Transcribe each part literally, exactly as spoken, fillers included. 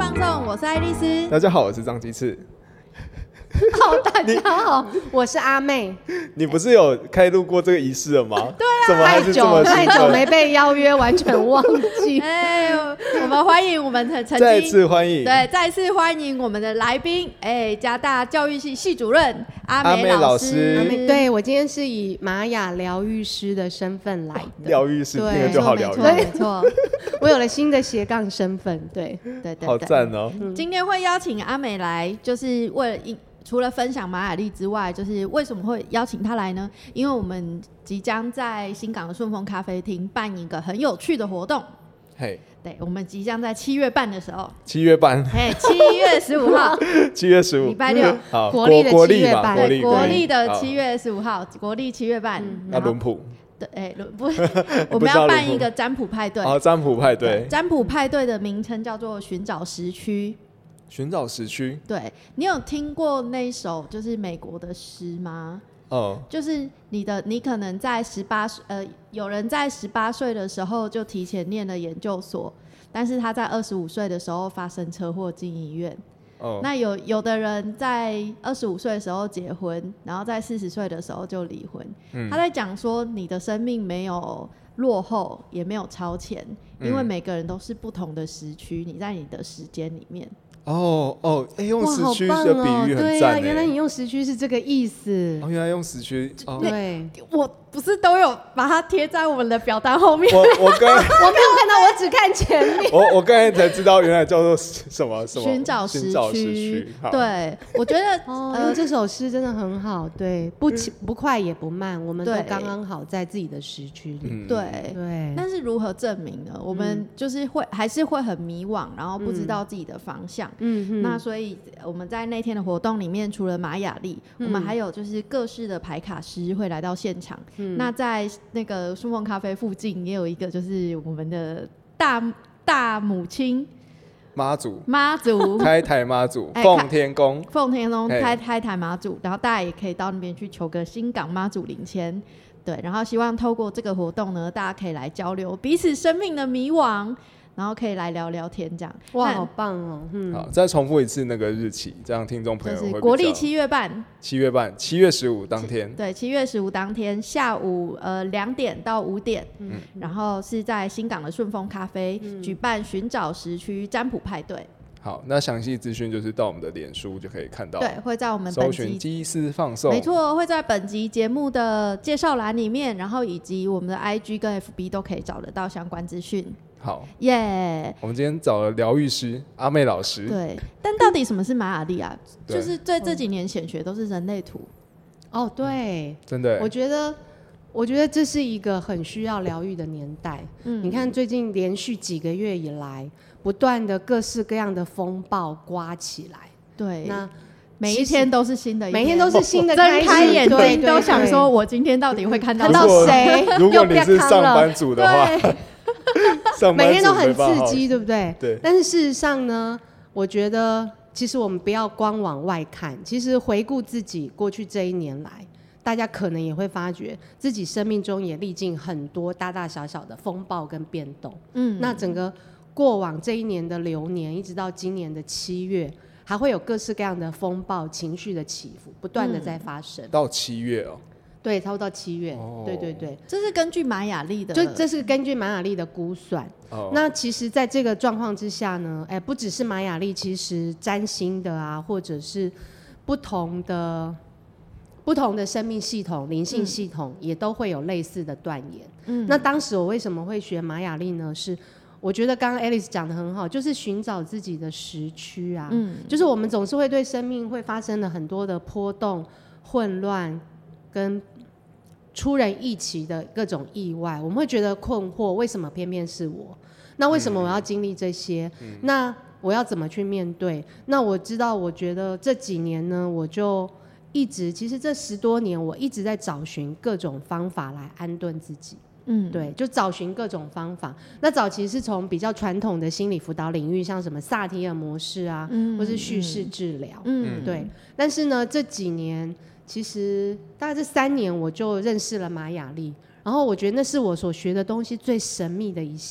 放送，我是爱丽丝。 大家好，我是张鸡翅。 好，大家好，我是阿妹。 你不是有开录过这个仪式了吗？对啊， 怎么还是这么太久太久没被邀约，完全忘记。 哎，我们欢迎我们曾经再次欢迎， 对，再次欢迎我们的来宾，哎，嘉大教育系系主任阿美老师。 阿美，对，我今天是以玛雅疗愈师的身份来的。 疗愈师，那个就好疗愈， 没错， 我有了新的斜杠身份，对对对， 好赞哦！ 嗯、今天会邀请阿美来，就是为了一。除了分享玛雅历之外，就是为什么会邀请他来呢？因为我们即将在新港的顺丰咖啡厅办一个很有趣的活动。 嘿、hey ， 对，我们即将在七月半的时候， 七月半， 嘿，七月十五号， 七月十五， 礼拜六， 好， 国历的七月半， 对，国历的七月十五号，国历七月半， 那轮谱。 对，哎，不，我们要办一个占卜派对。 哦，占卜派对， 占卜派对的名称叫做寻找时区。 寻找时区， 对，你有听过那一首就是美国的诗吗？ 嗯， 就是你的，你可能在十八岁，呃，有人在十八岁的时候就提前念了研究所，但是他在二十五岁的时候发生车祸进医院。哦，那有有的人在二十五岁的时候结婚，然后在四十岁的时候就离婚。嗯，他在讲说你的生命没有落后，也没有超前，因为每个人都是不同的时区，你在你的时间里面。 哦哦，哎、欸，用时区的比喻很赞、欸。 对啊，原来你用时区是这个意思。 哦，原来用时区。哦， 对， 我不是都有把它贴在我们的表单后面。 我我刚我没有看到，我只看前面。 我我刚才才知道，原来叫做什么什么寻找时区。对，我觉得哦，呃，这首诗真的很好。对，不不快也不慢，我们都刚刚好在自己的时区里。 嗯、对对。 但是如何证明呢？我们就是会、嗯、还是会很迷惘，然后不知道自己的方向。嗯，那所以我们在那天的活动里面，除了玛雅历、嗯，我们还有就是各式的牌卡师会来到现场。嗯，那在那个顺丰咖啡附近也有一个，就是我们的大大母亲妈祖， 妈祖开台妈祖，奉天宫， 奉天宫开开台妈祖，然后大家也可以到那边去求个新港妈祖领签。对，然后希望透过这个活动呢，大家可以来交流彼此生命的迷惘。然后可以来聊聊天，这样哇，好棒哦！嗯， 好，再重复一次那个日期，这样听众朋友会比较。 就是国历七月半， 七月半，七月十五当天。 对，七月十五当天下午呃两点到五点，嗯，然后是在新港的顺丰咖啡、嗯、举办寻找时区占卜派对。 好，那详细资讯就是到我们的脸书就可以看到。 对，会在我们本集搜寻鸡丝放送， 没错，会在本集节目的介绍栏里面，然后以及我们的 I G 跟 F B 都可以找得到相关资讯。 好耶、yeah ！ 我们今天找了疗愈师阿妹老师。 对，但到底什么是玛雅历啊？就是在这几年显学都是人类图。 哦，对， 真的。 我觉得，我觉得这是一个很需要疗愈的年代。嗯，你看最近连续几个月以来，不断的各式各样的风暴刮起来。 对， 那每一天都是新的一天， 每天都是新的开始， 睁开眼睛都想说，我今天到底会看到看到谁？ 如果你是上班族的话。 每天都很刺激，对不对？ 对。 但是事实上呢，我觉得其实我们不要光往外看，其实回顾自己过去这一年来，大家可能也会发觉自己生命中也历经很多大大小小的风暴跟变动。嗯。那整个过往这一年的流年，一直到今年的七月，还会有各式各样的风暴、情绪的起伏，不断的在发生。 嗯、到七月哦。 对，差不多到七月、哦，对对对， 这是根据玛雅历的， 就这是根据玛雅历的估算。哦、那其实，在这个状况之下呢，哎，不只是玛雅历，其实占星的啊，或者是不同的不同的生命系统、灵性系统，也都会有类似的断言。嗯，那当时我为什么会学玛雅历呢？是我觉得刚刚 Alice 讲得很好，就是寻找自己的时区啊。嗯，就是我们总是会对生命会发生了很多的波动、混乱跟出人意奇的各种意外，我们会觉得困惑，为什么偏偏是我？那为什么我要经历这些？嗯、那我要怎么去面对？那我知道，我觉得这几年呢，我就一直，其实这十多年，我一直在找寻各种方法来安顿自己。嗯，对，就找寻各种方法。那早期是从比较传统的心理辅导领域，像什么萨提尔模式啊，嗯、或是叙事治疗，嗯，对。但是呢，这几年。其实大概这三年我就认识了玛雅历，然后我觉得那是我所学的东西最神秘的一项。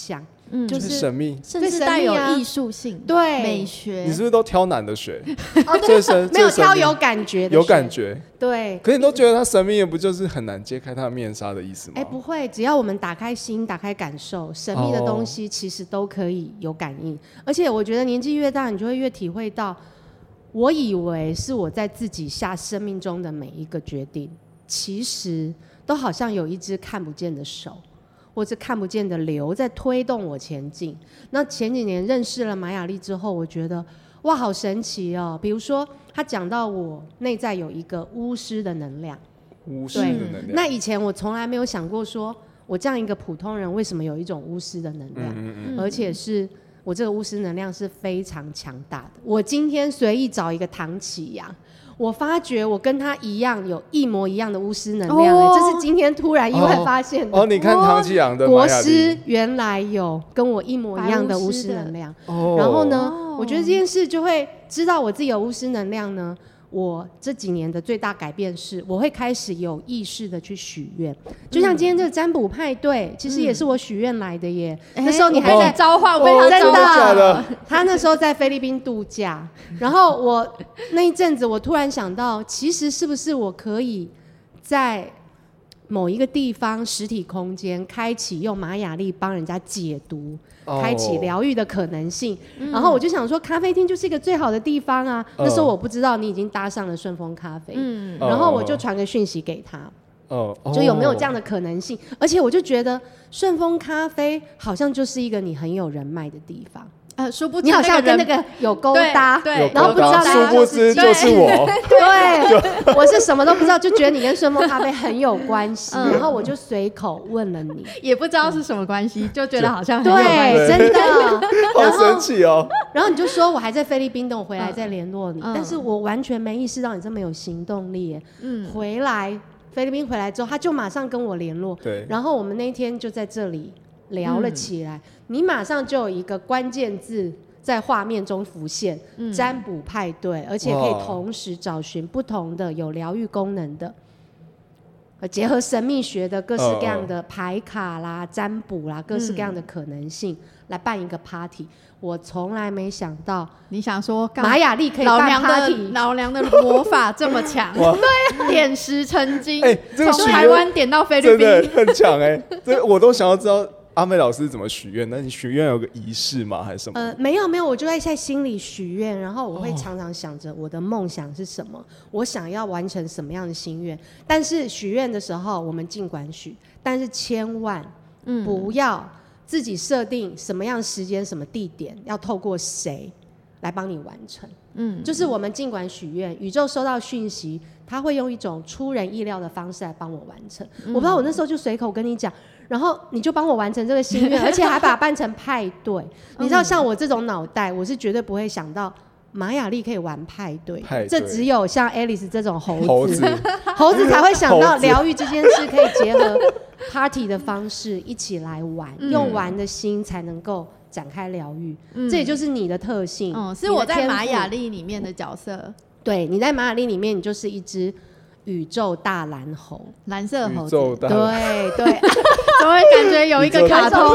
嗯， 就是神秘， 甚至带有艺术性、 啊、对美学。 你是不是都挑难的学？ 哦，对，没有挑有感觉的学， 有感觉。 对， 可是你都觉得它神秘的，不就是很难揭开它的面纱的意思吗？ 哎、欸，不会，只要我们打开心、打开感受，神秘的东西其实都可以有感应。哦、而且我觉得年纪越大，你就会越体会到，我以为是我在自己下生命中的每一个决定，其实都好像有一只看不见的手，或者看不见的流在推动我前进。那前几年认识了玛雅历之后，我觉得哇，好神奇哦！比如说，他讲到我内在有一个巫师的能量， 巫师的能量。 那以前我从来没有想过说，我这样一个普通人为什么有一种巫师的能量，嗯嗯嗯，而且是我这个巫师能量是非常强大的。我今天随意找一个唐启阳，我发觉我跟他一样有一模一样的巫师能量、欸哦、这是今天突然意外发现的。 哦，哦你看唐启阳的国师原来有跟我一模一样的巫师能量。哦，然后呢、哦，我觉得这件事就会知道我自己有巫师能量呢。我这几年的最大改变是，我会开始有意识的去许愿，就像今天这个占卜派对，嗯、其实也是我许愿来的耶。嗯、那时候你还在召唤， 被他召唤的。他那时候在菲律宾度假，然后我那一阵子，我突然想到，其实是不是我可以在某一个地方实体空间开启用玛雅历帮人家解读。开启疗愈的可能性、嗯、然后我就想说咖啡厅就是一个最好的地方啊、嗯、那时候我不知道你已经搭上了顺丰咖啡、嗯、然后我就传个讯息给他、哦、就有没有这样的可能性、哦、而且我就觉得顺丰咖啡好像就是一个你很有人脉的地方，呃，殊不知你好像跟那个有勾搭， 对，对然后不知道殊不知就是我， 对，我是什么都不知道，就觉得你跟顺丰咖啡很有关系、嗯，然后我就随口问了你， 也不知道是什么关系，就觉得好像很有关系， 对，真的， 好神奇哦。 然后你就说我还在菲律宾，等我回来再联络你、嗯，但是我完全没意识到你这么有行动力，嗯，回来菲律宾回来之后，他就马上跟我联络，对，然后我们那一天就在这里聊了起来、嗯，你马上就有一个关键字在画面中浮现、嗯、占卜派对，而且可以同时找寻不同的有疗愈功能的，结合神秘学的各式各样的牌卡啦、占卜啦，各式各样的可能性、嗯、来办一个 party。我从来没想到， 你想说玛雅历可以办 party， 老娘的魔法这么强，对，点石成金，哎、欸，从、這個、台湾点到菲律宾， 真的很强哎、欸，这我都想要知道。阿妹老师怎么许愿？那你许愿有个仪式吗？还是什么？ 呃，没有没有，我就在在心里许愿，然后我会常常想着我的梦想是什么、哦，我想要完成什么样的心愿。但是许愿的时候，我们尽管许，但是千万不要自己设定什么样时间、什么地点，要透过谁来帮你完成。嗯，就是我们尽管许愿，宇宙收到讯息，他会用一种出人意料的方式来帮我完成、嗯。我不知道，我那时候就随口跟你讲。然后你就帮我完成这个心愿，而且还把它办成派对。你知道，像我这种脑袋，我是绝对不会想到玛雅历可以玩派对。派对，这只有像 Alice 这种猴子，猴子, 猴子才会想到疗愈这件事可以结合 party 的方式一起来玩，嗯、用玩的心才能够展开疗愈、嗯。这也就是你的特性。 嗯，是我在玛雅历里面的角色。 对，你在玛雅历里面，你就是一只宇宙大蓝猴， 蓝色猴子。 对对。 怎么会感觉有一个卡通？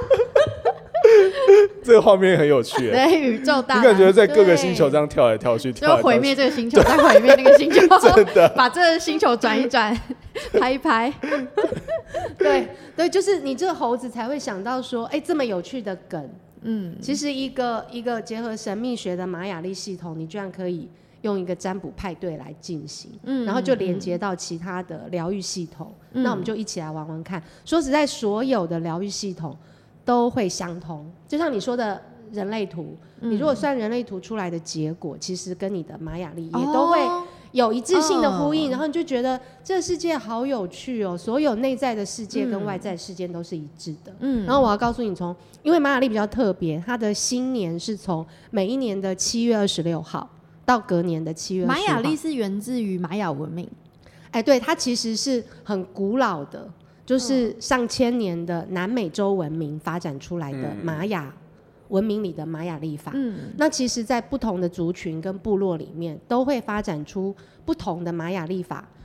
这个画面很有趣， 对，宇宙大， 你感觉在各个星球这样跳来跳去， 就毁灭这个星球，再毁灭那个星球， 真的把这个星球转一转，拍一拍。 对对，就是你这个猴子才会想到说，哎、欸，这么有趣的梗。嗯，其实一个一个结合神秘学的玛雅历系统，你居然可以用一个占卜派对来进行、嗯，然后就连接到其他的疗愈系统、嗯，那我们就一起来玩玩看。说实在，所有的疗愈系统都会相通，就像你说的人类图、嗯，你如果算人类图出来的结果，其实跟你的玛雅历也都会有一致性的呼应、哦，然后你就觉得这个世界好有趣哦，所有内在的世界跟外在世界都是一致的。嗯，然后我要告诉你，从因为玛雅历比较特别，它的新年是从每一年的七月二十六号。到隔年的七月二十号， 玛雅历是源自于玛雅文明， 哎，对，它其实是很古老的，就是上千年的南美洲文明发展出来的玛雅文明里的玛雅历法。嗯，那其实在不同的族群跟部落里面都会发展出不同的玛雅历法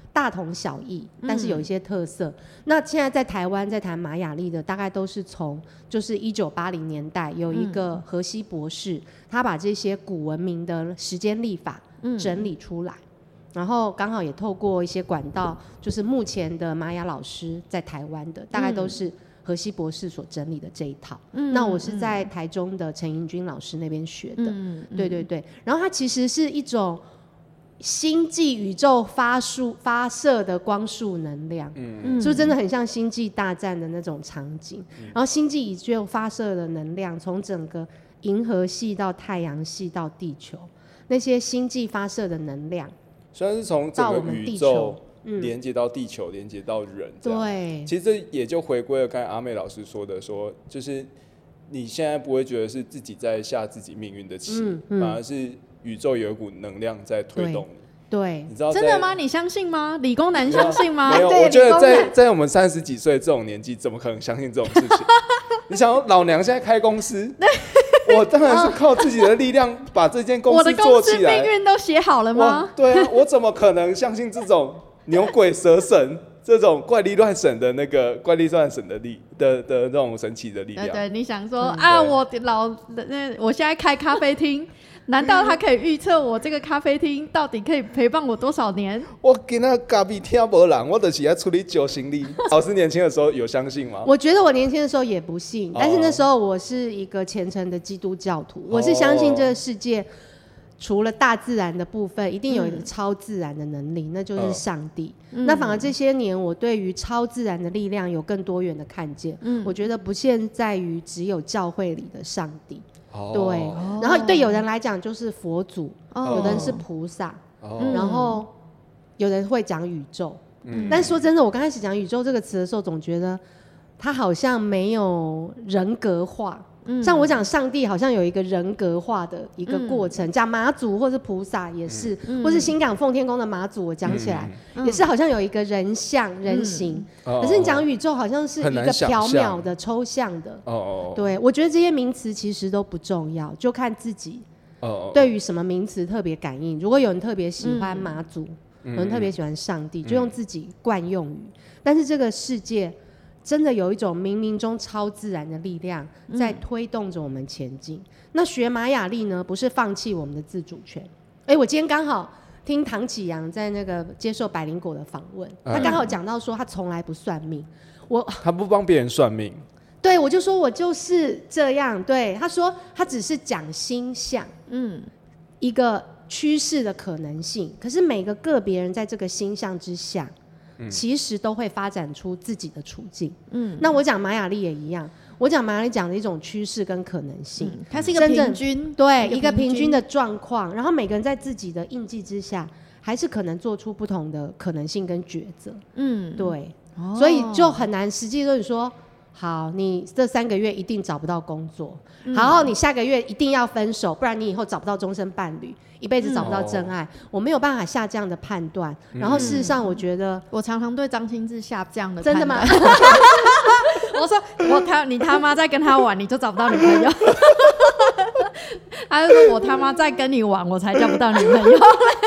大同小异，但是有一些特色。嗯、那现在在台湾在谈玛雅历的，大概都是从就是一九八零年代有一个荷西博士，嗯、他把这些古文明的时间历法整理出来。嗯，然后刚好也透过一些管道，就是目前的玛雅老师在台湾的，大概都是荷西博士所整理的这一套。嗯，那我是在台中的陈盈君老师那边学的。嗯，对对对。然后它其实是一种星际宇宙发束发射的光束能量，嗯，是不是真的很像星际大战的那种场景？嗯、然后星际宇宙发射的能量，从整个银河系到太阳系到地球，那些星际发射的能量。 虽然是从整个宇宙连接到地球，连接到人，对，其实这也就回归了刚才阿妹老师说的，说就是你现在不会觉得是自己在下自己命运的棋，嗯嗯、反而是宇宙有一股能量在推动你。 对， 你知道真的吗？你相信吗？理工男相信吗？ 没有，我觉得在在我们三十几岁这种年纪，怎么可能相信这种事情？你想，老娘现在开公司。我当然是靠自己的力量把这间公司做起来。我的公司命运都写好了吗？ 对啊，我怎么可能相信这种牛鬼蛇神、这种怪力乱神的那个怪力乱神的力的的那种神奇的力量？ 对对，你想说、嗯、啊，我老我现在开咖啡厅。难道他可以预测我这个咖啡厅到底可以陪伴我多少年？ 我今仔咖啡厅没人，我就是要处理旧行李。老师年轻的时候有相信吗？ 我觉得我年轻的时候也不信，但是那时候我是一个虔诚的基督教徒，我是相信这个世界除了大自然的部分，一定有一个超自然的能力，嗯、那就是上帝。嗯、那反而这些年，我对于超自然的力量有更多元的看见。嗯、我觉得不限在于只有教会里的上帝。Oh. 对，然后对有人来讲就是佛祖， oh. 有的人是菩萨， oh. 然后有人会讲宇宙。嗯、但是说真的，我刚开始讲宇宙这个词的时候，总觉得它好像没有人格化。嗯、像我讲上帝好像有一个人格化的一个过程，讲、嗯、妈祖或是菩萨也是，嗯、或是新港奉天宫的妈祖，我讲起来、嗯、也是好像有一个人像人形、嗯、可是你讲宇宙好像是一个缥缈的抽象的。哦，对，我觉得这些名词其实都不重要，就看自己对于什么名词特别感应。如果有人特别喜欢妈祖、嗯、有人特别喜欢上帝，就用自己惯用语、嗯、但是这个世界真的有一种冥冥中超自然的力量在推动着我们前进、嗯、那学玛雅历呢，不是放弃我们的自主权。哎，我今天刚好听唐启阳在那个接受百灵果的访问、嗯、他刚好讲到说他从来不算命，我他不帮别人算命。 对，我就说我就是这样。对，他说他只是讲星象，嗯，一个趋势的可能性，可是每个个别人在这个星象之下其实都会发展出自己的处境。嗯，那我讲玛雅历也一样，我讲玛雅历讲的一种趋势跟可能性、嗯、 它是一个平均， 对，一个平均的状况，然后每个人在自己的印记之下还是可能做出不同的可能性跟抉择。嗯，对、哦、所以就很难实际就是说好，你这三个月一定找不到工作、嗯、好，你下个月一定要分手，不然你以后找不到终身伴侣，一辈子找不到真爱、嗯、我没有办法下这样的判断、嗯、然后事实上我觉得、嗯、 我常常对张清志下这样的判断。真的吗？ 我说我他你他妈再跟他玩你就找不到女朋友。他就说我他妈再跟你玩我才交不到女朋友。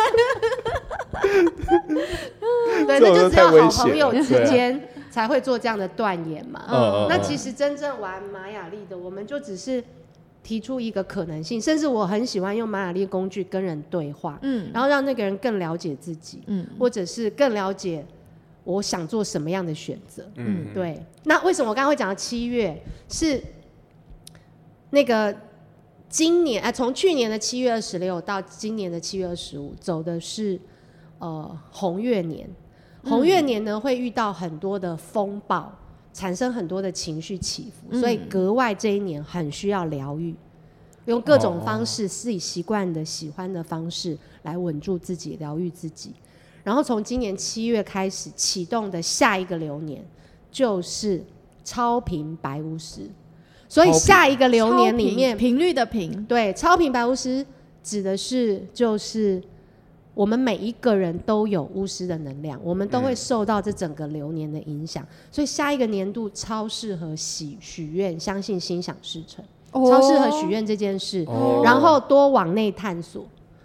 对，那就只有好朋友之间才会做这样的断言嘛、嗯、那其实真正玩玛雅历的我们就只是提出一个可能性，甚至我很喜欢用玛雅历工具跟人对话、嗯、然后让那个人更了解自己、嗯、或者是更了解我想做什么样的选择、嗯、对。那为什么我刚刚会讲到七月是那个今年、呃、从去年的七月二十六到今年的七月二十五走的是呃红月年。红月年呢会遇到很多的风暴，产生很多的情绪起伏、嗯、所以格外这一年很需要疗愈，用各种方式、哦、自己习惯的喜欢的方式来稳住自己，疗愈自己。然后从今年七月开始启动的下一个流年就是超频白巫师，所以下一个流年里面频率的频， 对，超频白巫师指的是就是我们每一个人都有巫师的能量，我们都会受到这整个流年的影响、嗯、所以下一个年度超适合许许愿，相信心想事成、哦、超适合许愿这件事、哦、然后多往内探索，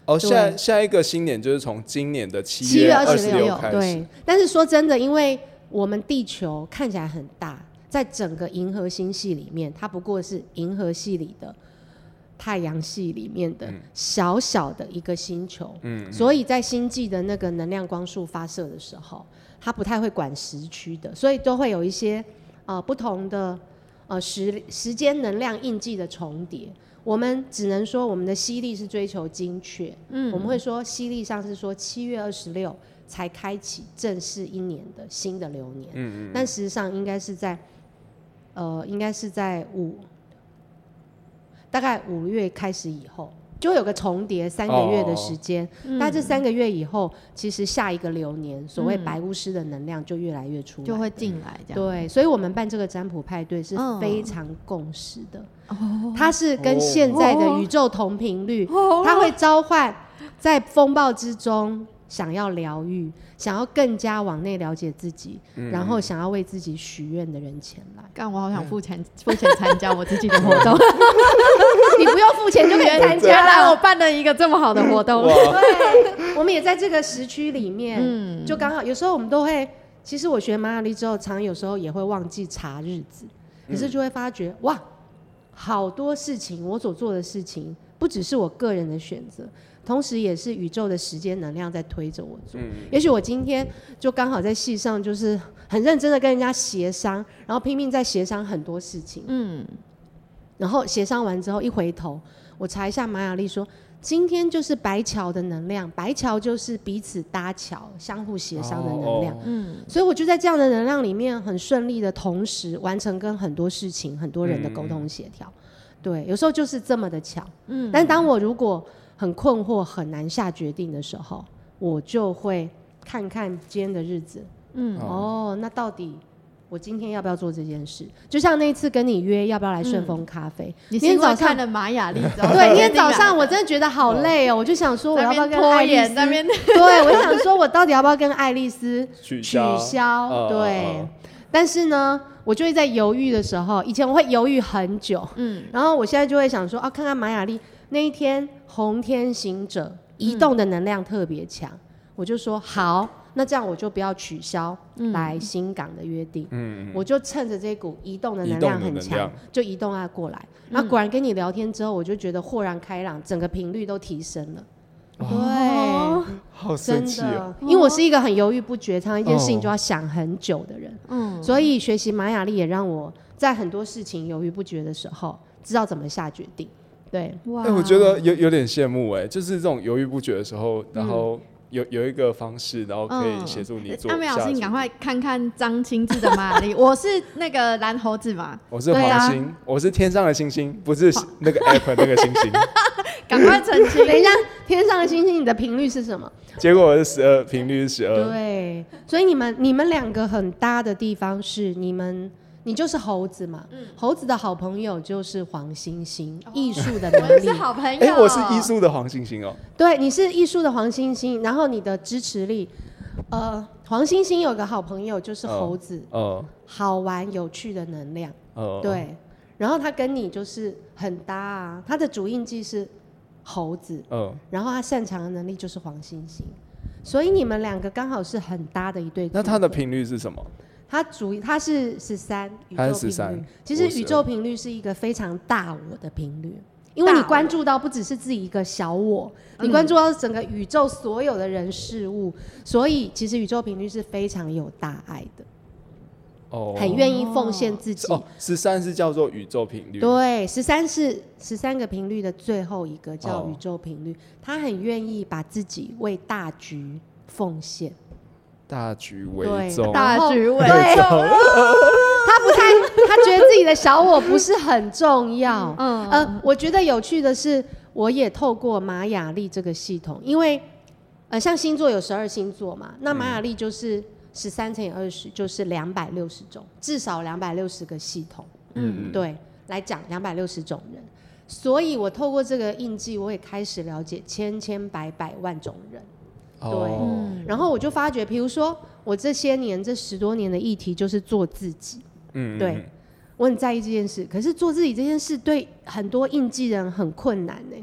哦，下下一个新年就是从今年的七月二十六开始。 对，但是说真的，因为我们地球看起来很大，在整个银河星系里面，它不过是银河系里的太阳系里面的小小的一个星球，嗯，所以在星际的那个能量光束发射的时候，它不太会管时区的，所以都会有一些呃不同的呃时时间能量印记的重叠。我们只能说我们的西历是追求精确，嗯，我们会说西历上是说七月二十六才开启正式一年的新的流年，嗯嗯，但事实上应该是在呃应该是在五大概五月开始以后，就会有个重叠三个月的时间，哦，但这三个月以后，其实下一个流年，所谓白巫师的能量就越来越出来， 就会进来这样。 对，所以我们办这个占卜派对是非常共识的，哦，它是跟现在的宇宙同频率，哦，它会召唤在风暴之中想要疗愈，想要更加往内了解自己，嗯，然后想要为自己许愿的人前来。 干，我好想付钱付钱参加我自己的活动。 你不用付钱就可以参加。 原来我办了一个这么好的活动。 对，我们也在这个时区里面，嗯，就刚好有时候我们都会，其实我学玛雅历之后，常有时候也会忘记查日子，可是就会发觉，哇，好多事情我所做的事情，不只是我个人的选择，同时也是宇宙的时间能量在推着我做。嗯，也许我今天就刚好在系上，就是很认真的跟人家协商，然后拼命在协商很多事情。嗯，然后协商完之后，一回头我查一下玛雅历说，今天就是白桥的能量，白桥就是彼此搭桥、相互协商的能量。嗯，所以我就在这样的能量里面，很顺利的同时完成跟很多事情、很多人的沟通协调。嗯，对，有时候就是这么的巧。嗯，但当我如果很困惑、很难下决定的时候，我就会看看今天的日子。嗯，哦，那到底我今天要不要做这件事？就像那一次跟你约要不要来顺丰咖啡，嗯， 你今天早上看了玛雅历， 对，今天早上我真的觉得好累哦，我就想说我要不要跟爱丽丝， 那边对，我就想说我到底要不要跟爱丽丝取消？取消，对。哦，但是呢，我就会在犹豫的时候，以前我会犹豫很久，嗯，然后我现在就会想说，啊，看看玛雅历那一天红天行者移动的能量特别强，嗯，我就说好。那这样我就不要取消来新港的约定，嗯，我就趁着这股移动的能量很强，就移动它过来。那，嗯，果然跟你聊天之后，我就觉得豁然开朗，整个频率都提升了。哦，对， 好神奇哦！ 因为我是一个很犹豫不决，常常一件事情就要想很久的人，嗯，所以学习玛雅历也让我在很多事情犹豫不决的时候，知道怎么下决定。对， 哇，欸，我觉得有有点羡慕哎，就是这种犹豫不决的时候，然后，嗯，有有一个方式，然后可以协助你做。阿美老师，你赶快看看张清志的玛雅历。我是那个蓝猴子嘛， 我是黄星，啊，我是天上的星星，不是那个 app 那个星星。 赶快澄清。 等一下，天上的星星，你的频率是什么？ 结果是十二，频率是十二。 对，所以你们你们两个很搭的地方是你们。你就是猴子嘛，嗯，猴子的好朋友就是黄星星，艺术的能力。 我是好朋友， 哎，我是艺术的黄星星哦。 对，你是艺术的黄星星，然后你的支持力，呃，黄星星有个好朋友就是猴子，哦，好玩有趣的能量，哦，对，然后他跟你就是很搭啊，他的主印记是猴子，哦，然后他擅长的能力就是黄星星，所以你们两个刚好是很搭的一对。 那他的频率是什么？ 它主它是十三宇宙频率，其实宇宙频率是一个非常大我的频率，因为你关注到不只是自己一个小我，你关注到整个宇宙所有的人事物，所以其实宇宙频率是非常有大爱的，哦，很愿意奉献自己。 哦，十三是叫做宇宙频率， 对，十三是十三个频率的最后一个叫宇宙频率，他很愿意把自己为大局奉献。 大局为重， 大局为重。 他不太，他觉得自己的小我不是很重要。嗯，呃，我觉得有趣的是，我也透过玛雅历这个系统，因为呃，像星座有十二星座嘛，那玛雅历就是十三乘以二十，就是两百六十种，至少两百六十个系统。嗯，对，来讲两百六十种人，所以我透过这个印记，我也开始了解千千百百万种人。对，哦，然后我就发觉，比如说我这些年这十多年的议题就是做自己，嗯，对，我很在意这件事。可是做自己这件事对很多印记人很困难呢，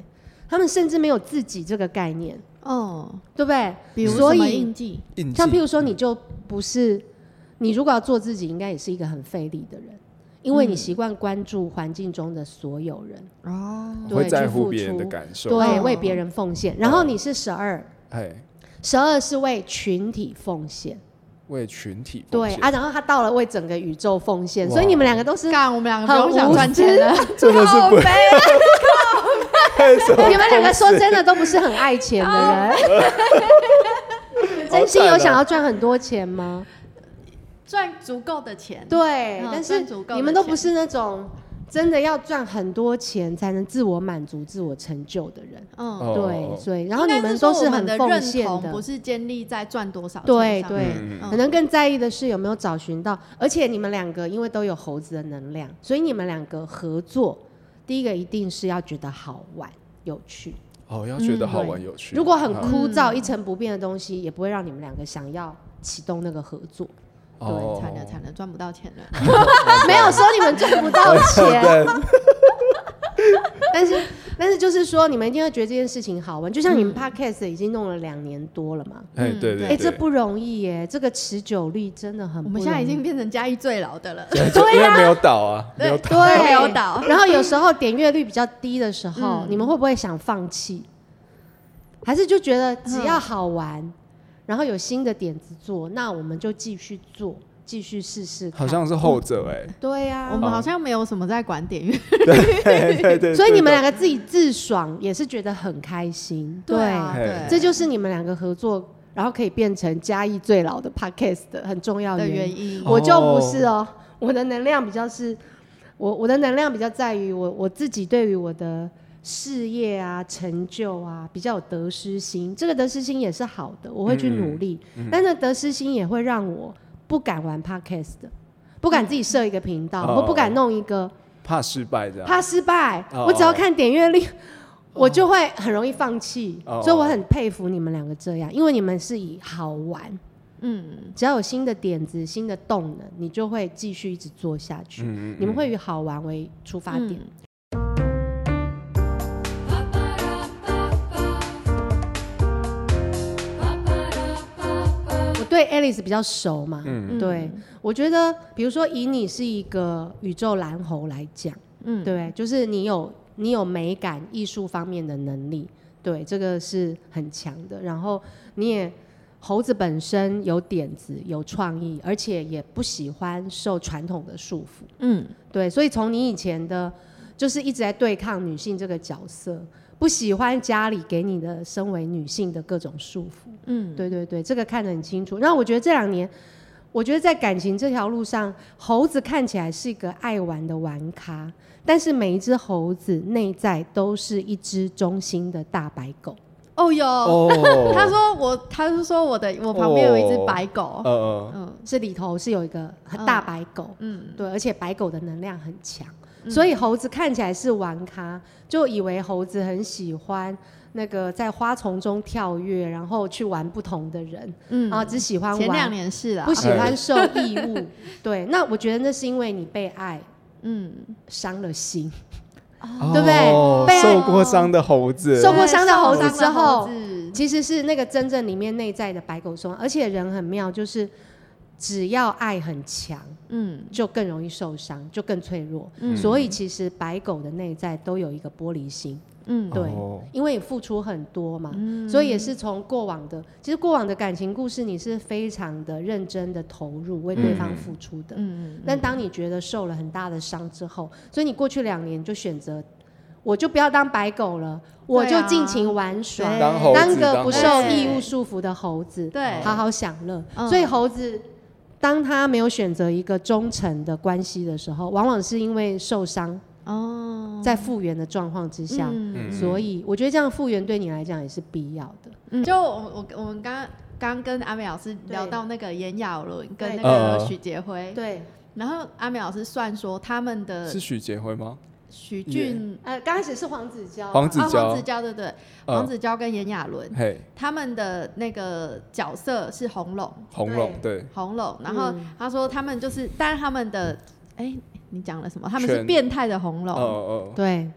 他们甚至没有自己这个概念，哦，对不对？ 比如什么印记？ 像譬如说，你就不是，你如果要做自己，应该也是一个很费力的人，因为你习惯关注环境中的所有人，哦， 会在乎别人的感受， 对，为别人奉献。然后你是十二，十二是为群体奉献。 为群体奉献， 对啊，然后他到了为整个宇宙奉献，所以你们两个都是干，我们两个不用想赚钱了， 真的是不你们两个说真的都不是很爱钱的人，真心有想要赚很多钱吗？ 赚足够的钱， 对，但是你们都不是那种真的要赚很多钱才能自我满足、自我成就的人，嗯，对，所以然后你们都是很奉献的， 不是建立在赚多少钱对对、嗯，可能更在意的是有没有找寻到，而且你们两个因为都有猴子的能量，所以你们两个合作，第一个一定是要觉得好玩、有趣。 哦，要觉得好玩、嗯、有趣。 如果很枯燥、嗯、一成不变的东西，也不会让你们两个想要启动那个合作。 对，惨了惨了，赚不到钱了。 没有说你们赚不到钱，但是但是就是说，你们一定会觉得这件事情好玩。就像你们 podcast 已经弄了两年多了嘛， 哎、嗯，对对， 哎，这不容易耶，这个持久力真的很不容易。 我们现在已经变成嘉义最老的了， 对啊，因为没有倒啊，没有倒， 对， 没有倒。 然后有时候点阅率比较低的时候，嗯、你们会不会想放弃？还是就觉得只要好玩？嗯，然后有新的点子做，那我们就继续做，继续试试看。 好像是后者哎、欸。 对呀、啊， 我们好像没有什么在管点阅率。 对对 对, 對。 所以你们两个自己自爽，也是觉得很开心。对， 对啊、对， 这就是你们两个合作，然后可以变成嘉义最老的 podcast 的很重要的原因。 原因我就不是哦，我的能量比较是，我我的能量比较在于我我自己对于我的事业啊、成就啊，比较有得失心。这个得失心也是好的，我会去努力。嗯嗯、但是得失心也会让我不敢玩 podcast 的，不敢自己设一个频道，或、嗯、不敢弄一个， 怕失败这样。 怕失败，哦、我只要看点阅率，哦、我就会很容易放弃。哦、所以我很佩服你们两个这样，因为你们是以好玩，嗯，只要有新的点子、新的动能，你就会继续一直做下去。嗯嗯嗯你们会以好玩为出发点。嗯对 Alice 比较熟嘛，嗯、对，我觉得比如说以你是一个宇宙蓝猴来讲，嗯，对，就是你有你有美感艺术方面的能力，对，这个是很强的。然后你也猴子本身有点子有创意，而且也不喜欢受传统的束缚，嗯，对，所以从你以前的就是一直在对抗女性这个角色，不喜欢家里给你的身为女性的各种束缚，嗯，对对对，这个看得很清楚。那我觉得这两年，我觉得在感情这条路上，猴子看起来是一个爱玩的玩咖，但是每一只猴子内在都是一只忠心的大白狗。 哦有，哦他说我，他是说我的，我旁边有一只白狗，嗯、哦、 嗯，是里头是有一个大白狗，嗯，对，而且白狗的能量很强。所以猴子看起来是玩咖，就以为猴子很喜欢那个在花丛中跳跃，然后去玩不同的人，嗯，然后只喜欢玩。 前两年是啊， 不喜欢受义务。对，那我觉得那是因为你被爱，嗯，伤了心，哦、对不对？被爱受过伤的猴子， 受过伤的猴子之后，其实是那个真正里面内在的白狗松，而且人很妙，就是只要爱很强。嗯，就更容易受伤，就更脆弱。嗯，所以其实白狗的内在都有一个玻璃心。嗯，对，哦、因为你付出很多嘛，嗯、所以也是从过往的，其实过往的感情故事，你是非常的认真的投入，为对方付出的。嗯，但当你觉得受了很大的伤之后，所以你过去两年就选择，我就不要当白狗了，我就尽情玩耍， 当当个不受义务束缚的猴子，对，好好享乐。嗯、所以猴子。当他没有选择一个忠诚的关系的时候，往往是因为受伤哦，在复原的状况之下，嗯、所以我觉得这样复原对你来讲也是必要的。 嗯、就我我们刚刚跟阿美老师聊到那个炎亚纶跟那个许杰辉， 对， 然后阿美老师算说他们的是许杰辉吗？ 许俊， 呃，刚开始是黄子佼， 黄子佼， 啊、黄子佼，对对，呃、黄子佼跟炎亚纶，他们的那个角色是红龙， 红龙对， 红龙。然后他说他们就是，但是他们的，哎，你讲了什么？他们是变态的红龙， 哦哦，对。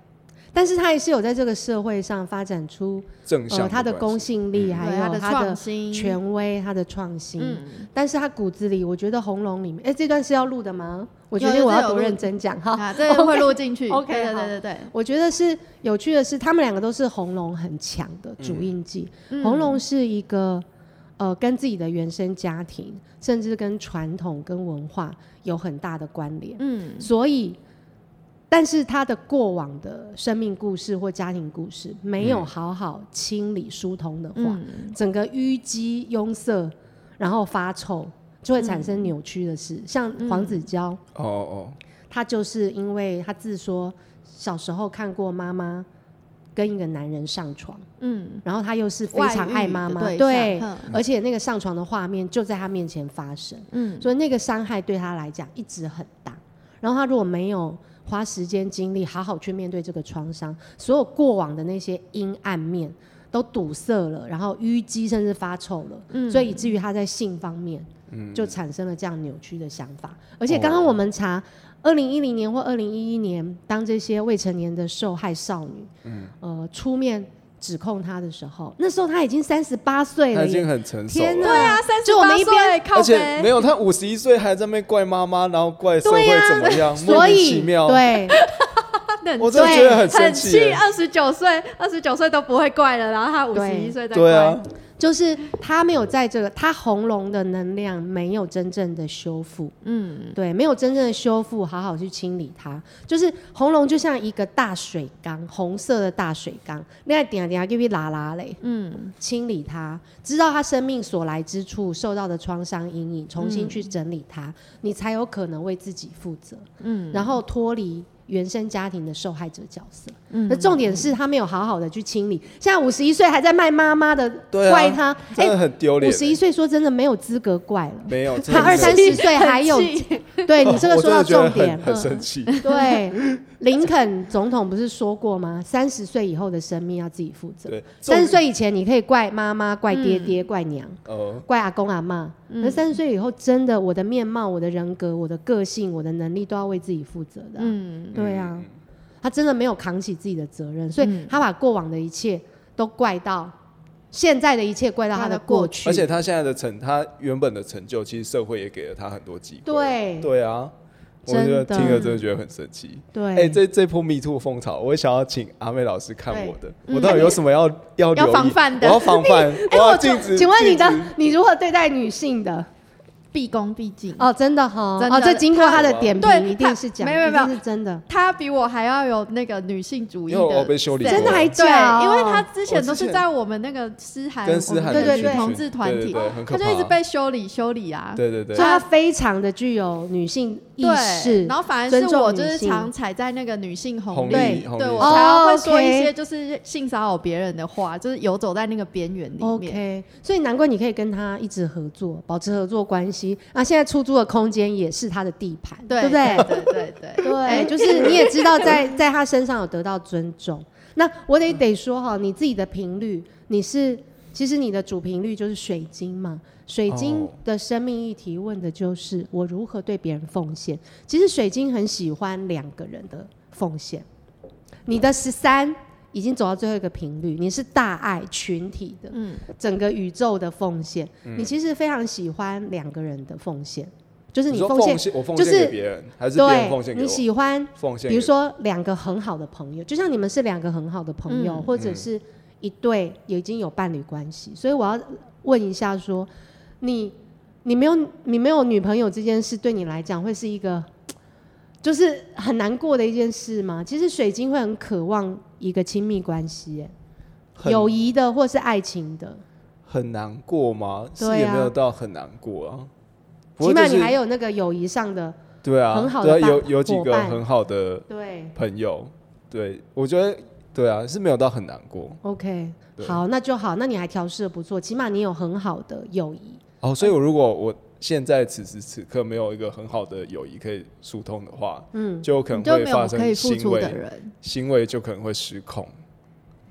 但是他也是有在这个社会上发展出正向的、呃、 他的公信力、嗯、还有他的权威、他的创新、 嗯、 但是他骨子里我觉得红龙里面，哎，这段是要录的吗？我决定我要多认真讲哈， 啊，这个会录进去。 OK， 对对对对， 我觉得是有趣的是，他们两个都是红龙很强的主印记。嗯、红龙是一个呃跟自己的原生家庭，甚至跟传统跟文化有很大的关联。嗯，所以。但是他的过往的生命故事或家庭故事没有好好清理疏通的话、嗯、整个淤积壅塞然后发臭就会产生扭曲的事、嗯、像黄子佼、嗯、哦哦，他就是因为他自说小时候看过妈妈跟一个男人上床，嗯，然后他又是非常爱妈妈，对、嗯，而且那个上床的画面就在他面前发生，嗯，所以那个伤害对他来讲一直很大，然后他如果没有花时间精力好好去面对这个创伤，所有过往的那些阴暗面都堵塞了，然后淤积甚至发臭了、嗯、所以以至于他在性方面就产生了这样扭曲的想法、嗯、而且刚刚我们查二零一零年或二零一一年当这些未成年的受害少女、嗯、呃出面指控他的时候，那时候他已经三十八岁了， 他已经很成熟了。 天哪，对啊，三十八岁， 而且没有他五十一岁还在那边怪妈妈，然后怪社会怎么样，啊、莫名其妙。 对， 我真的觉得很生气。 二十九岁，二十九岁都不会怪了，然后他五十一岁在怪。 对啊， 就是他没有在这个他红龙的能量没有真正的修复，嗯，对，没有真正的修复，好好去清理它。就是红龙就像一个大水缸，红色的大水缸，你要点点给它拉拉嘞，嗯，清理它，知道他生命所来之处受到的创伤阴影，重新去整理它、嗯，你才有可能为自己负责，嗯，然后脱离原生家庭的受害者角色，那、嗯、重点是他没有好好的去清理。现在五十一岁还在卖妈妈的，怪他， 真的很丢脸。 五十一岁说真的没有资格怪了， 没有。 他二三十岁还有，对你这个说到重点， 很生气。 对，林肯总统不是说过吗？三十岁以后的生命要自己负责。三十岁以前你可以怪妈妈、怪爹爹、嗯、怪娘、嗯、怪阿公阿嬷。那三十岁以后，真的我的面貌、我的人格、我的个性、我的能力都要为自己负责的、啊。嗯，对啊，他真的没有扛起自己的责任，所以他把过往的一切都怪到现在的一切，怪到他的过去。 而且他现在的成，他原本的成就，其实社会也给了他很多机会。 对， 对啊。我觉得听了真的觉得很生气。 对， 哎、欸，这这波 Me Too 风潮，我也想要请阿妹老师看我的，我到底有什么要、嗯、要留意？ 要防范的， 我要防范，我要禁止。 请问你的，你如何对待女性的？ 毕恭毕敬哦，真的哈、哦，哦，这经过他的点评，一定是讲， 没有没有， 是真的。 他比我还要有那个女性主义的， 因为我被修理过， 真的还假？ 对，因为他之前都是在我们那个诗涵， 跟诗涵对对对同志团体，他就一直被修理修理啊， 对对对， 所以他非常的具有女性意识， 然后反而是我就是常踩在那个女性红利， 对对我常会说一些就是性骚扰别人的话，就是游走在那个边缘里面。 OK， 所以难怪你可以跟他一直合作，保持合作关系啊。现在出租的空间也是他的地盘，对不对？ 对对对对， 对，就是你也知道在在他身上有得到尊重。那我得得说哈，你自己的频率，你是其实你的主频率就是水晶嘛。水晶的生命议题问的就是我如何对别人奉献。其实水晶很喜欢两个人的奉献。你的十三已经走到最后一个频率，你是大爱群体的、嗯、整个宇宙的奉献、嗯、你其实非常喜欢两个人的奉献，就是你奉献， 我奉献给别人、就是、还是别人奉献给我？ 你喜欢奉献， 比如说两个很好的朋友，就像你们是两个很好的朋友、嗯、或者是一对已经有伴侣关系，所以我要问一下说，你你没有你没有女朋友这件事对你来讲会是一个就是很难过的一件事吗？其实水晶会很渴望一个亲密关系，友谊的或是爱情的。 很难过吗？是也没有到很难过啊。 起码你还有那个友谊上的， 对啊， 很好的对啊，有有几个很好的朋友，对，对我觉得对啊，是没有到很难过。 OK， 好，那就好，那你还调试的不错，起码你有很好的友谊。 哦，所以我如果我现在此时此刻没有一个很好的友谊可以疏通的话，嗯，就可能会发生欣慰，欣慰就可能会失控，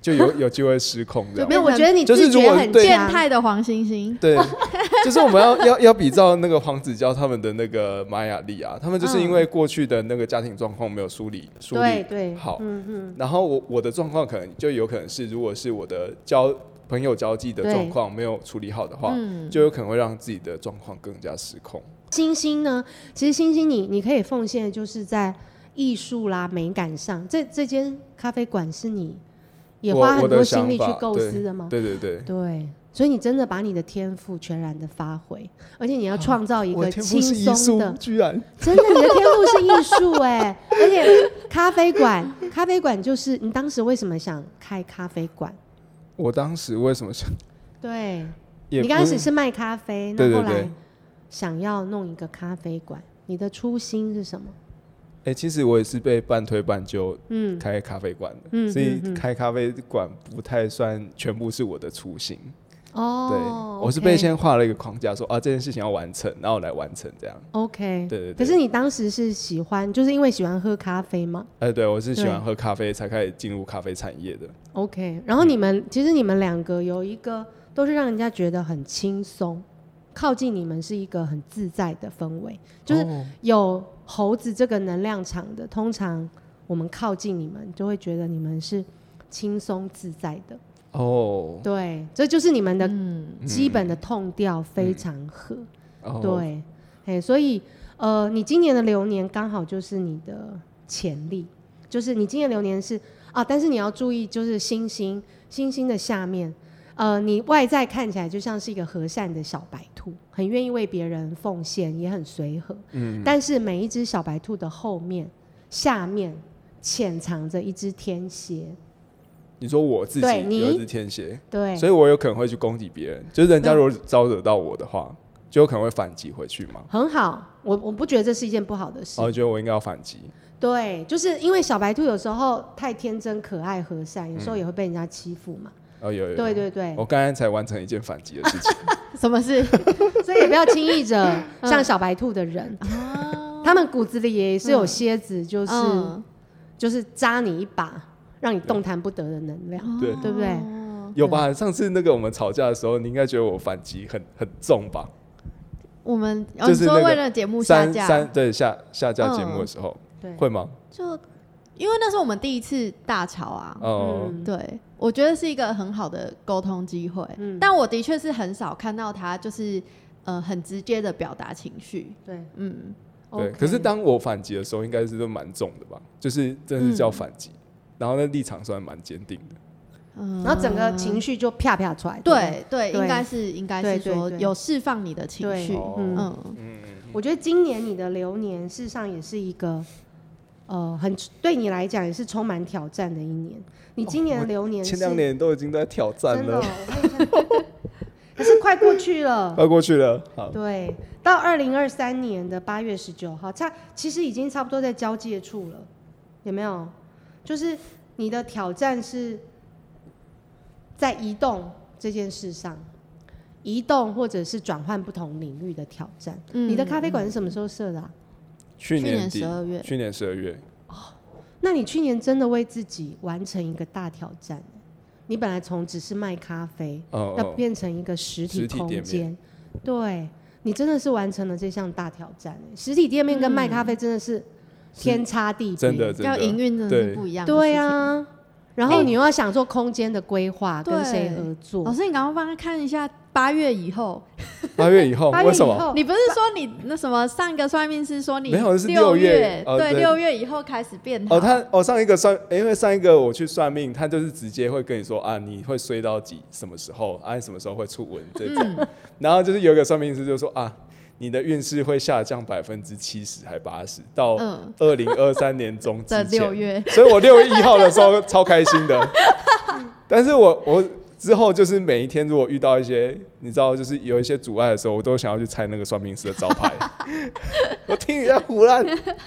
就有有机会失控这样。 没有，我觉得你自觉很变态的黄星星。 对，就是我们要要要比照那个黄子佼他们的那个玛雅历啊，他们就是因为过去的那个家庭状况没有梳理梳理对对好， 嗯嗯， 然后我我的状况可能就有可能是，如果是我的交朋友交际的状况没有处理好的话，嗯、就有可能会让自己的状况更加失控。 星星呢，其实星星你你可以奉献，就是在艺术啦、美感上，这这间咖啡馆是你也花很多心力去构思的吗？ 对对对对，所以你真的把你的天赋全然的发挥，而且你要创造一个轻松的， 居然真的，你的天赋是艺术哎！而且咖啡馆，咖啡馆就是你当时为什么想开咖啡馆？ 我当时为什么想？ 对，你刚开始是卖咖啡，那后来想要弄一个咖啡馆，你的初心是什么？ 哎、欸，其实我也是被半推半就开咖啡馆的，嗯、所以开咖啡馆不太算全部是我的初心。哦，对， okay. 我是被先画了一个框架说，说啊这件事情要完成，然后来完成这样。 OK， 对对对。 可是你当时是喜欢，就是因为喜欢喝咖啡吗？ 哎、欸，对，我是喜欢喝咖啡才开始进入咖啡产业的。 OK， 然后你们、嗯、其实你们两个有一个都是让人家觉得很轻松，靠近你们是一个很自在的氛围，就是有猴子这个能量场的，通常我们靠近你们就会觉得你们是轻松自在的。哦， oh. 对，这就是你们的基本的痛调非常合，嗯嗯、对，哎，所以呃，你今年的流年刚好就是你的潜力，就是你今年流年是啊，但是你要注意，就是星星星星的下面，呃，你外在看起来就像是一个和善的小白兔，很愿意为别人奉献，也很随和，嗯，但是每一只小白兔的后面、下面潜藏着一只天蝎。 你说我自己有一只天蝎， 对， 所以我有可能会去攻击别人，就是人家如果招惹到我的话，就有可能会反击回去嘛。 很好，我我不觉得这是一件不好的事。 我觉得我应该要反击。 对，就是因为小白兔有时候太天真、可爱、和善，有时候也会被人家欺负嘛。 哦，有有。 对对对， 我刚才才完成一件反击的事情。 什么事？所以也不要轻易着像小白兔的人，嗯、他们骨子里也是有蝎子，就是、嗯、就是扎你一把。让你动弹不得的能量，对对不对？ 有吧？上次那个我们吵架的时候，你应该觉得我反击很很重吧？ 我们就是说为了节目下架， 三对下下架节目的时候，嗯、会吗？ 就因为那是我们第一次大吵啊，哦、嗯，对，我觉得是一个很好的沟通机会，嗯、但我的确是很少看到他就是呃很直接的表达情绪， 对， 嗯， 对。Okay. 可是当我反击的时候，应该是都蛮重的吧？就是真的是叫反击。嗯，然后那立场算蛮坚定的， 嗯、然后整个情绪就啪啪出来。 对 对, 对，应该是应该是说有释放你的情绪。嗯嗯嗯，我觉得今年你的流年事实上也是一个，呃，很对你来讲也是充满挑战的一年。你今年的流年是、 哦、前两年都已经在挑战了， 真的、哦，可是快过去了， 快过去了。好， 对，到二零二三年的八月十九号，差其实已经差不多在交界处了，有没有？就是你的挑战是在移动这件事上，移动或者是转换不同领域的挑战。嗯、你的咖啡馆是什么时候设的、啊？ 去年十二月。 去年十二月。 哦，那你去年真的为自己完成一个大挑战。你本来从只是卖咖啡，哦、要变成一个实体空间，对，你真的是完成了这项大挑战。实体店面跟卖咖啡真的是。天差地别， 真的真的要营运真的是不一样的事情。 对啊，然后你又要想做空间的规划，跟谁合作？ 老师，你赶快帮他看一下八月以后。 八月以后，为什么？ 你不是说你那什么上一个算命师说你没有是六月？ 对，六月以后开始变好。 哦，他哦上一个算，因为上一个我去算命，他就是直接会跟你说啊，你会衰到几什么时候，啊，什么时候会出文这种。嗯、然后就是有一个算命师就说啊。你的运势会下降百分之七十还八十，到二零二三年中之前。 六月， 所以我六月一号的时候超开心的。但是我我之后就是每一天，如果遇到一些你知道，就是有一些阻碍的时候，我都想要去拆那个算命师的招牌。我听你在胡乱。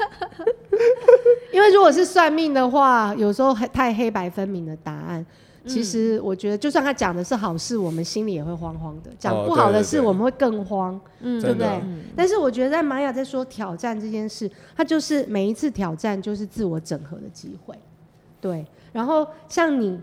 因为如果是算命的话，有时候太黑白分明的答案。其实我觉得，就算他讲的是好事，我们心里也会慌慌的；讲不好的事，我们会更慌，嗯，对不对？但是我觉得，在玛雅在说挑战这件事，它就是每一次挑战就是自我整合的机会，对。然后像你，